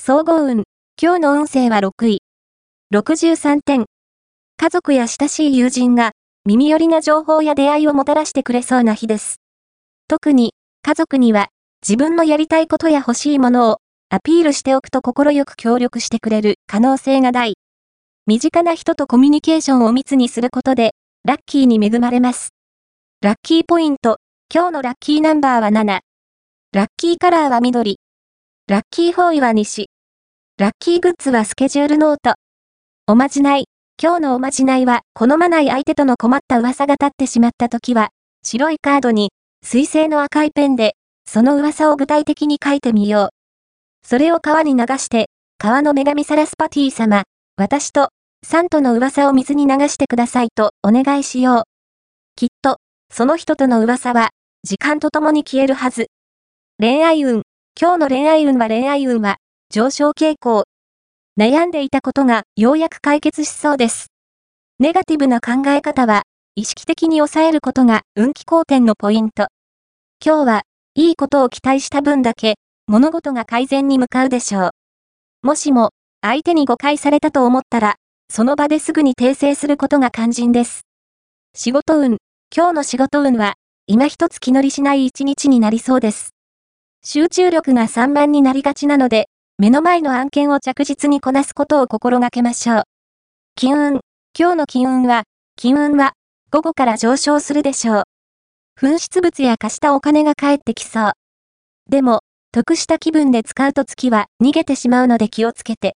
総合運。今日の運勢は6位。63点。家族や親しい友人が耳寄りな情報や出会いをもたらしてくれそうな日です。特に家族には自分のやりたいことや欲しいものをアピールしておくと心よく協力してくれる可能性が大。身近な人とコミュニケーションを密にすることでラッキーに恵まれます。ラッキーポイント。今日のラッキーナンバーは7。ラッキーカラーは緑。ラッキー方位は西。ラッキーグッズはスケジュールノート。おまじない。今日のおまじないは、好まない相手との困った噂が立ってしまったときは、白いカードに、水星の赤いペンで、その噂を具体的に書いてみよう。それを川に流して、川の女神サラスパティ様、私と、サントの噂を水に流してくださいとお願いしよう。きっと、その人との噂は、時間とともに消えるはず。恋愛運。今日の恋愛運は、上昇傾向。悩んでいたことがようやく解決しそうです。ネガティブな考え方は意識的に抑えることが運気好転のポイント。今日はいいことを期待した分だけ物事が改善に向かうでしょう。もしも相手に誤解されたと思ったらその場ですぐに訂正することが肝心です。仕事運。今日の仕事運は今一つ気乗りしない一日になりそうです。集中力が散漫になりがちなので目の前の案件を着実にこなすことを心がけましょう。金運。今日の金運は午後から上昇するでしょう。紛失物や貸したお金が返ってきそう。でも、得した気分で使うと月は逃げてしまうので気をつけて。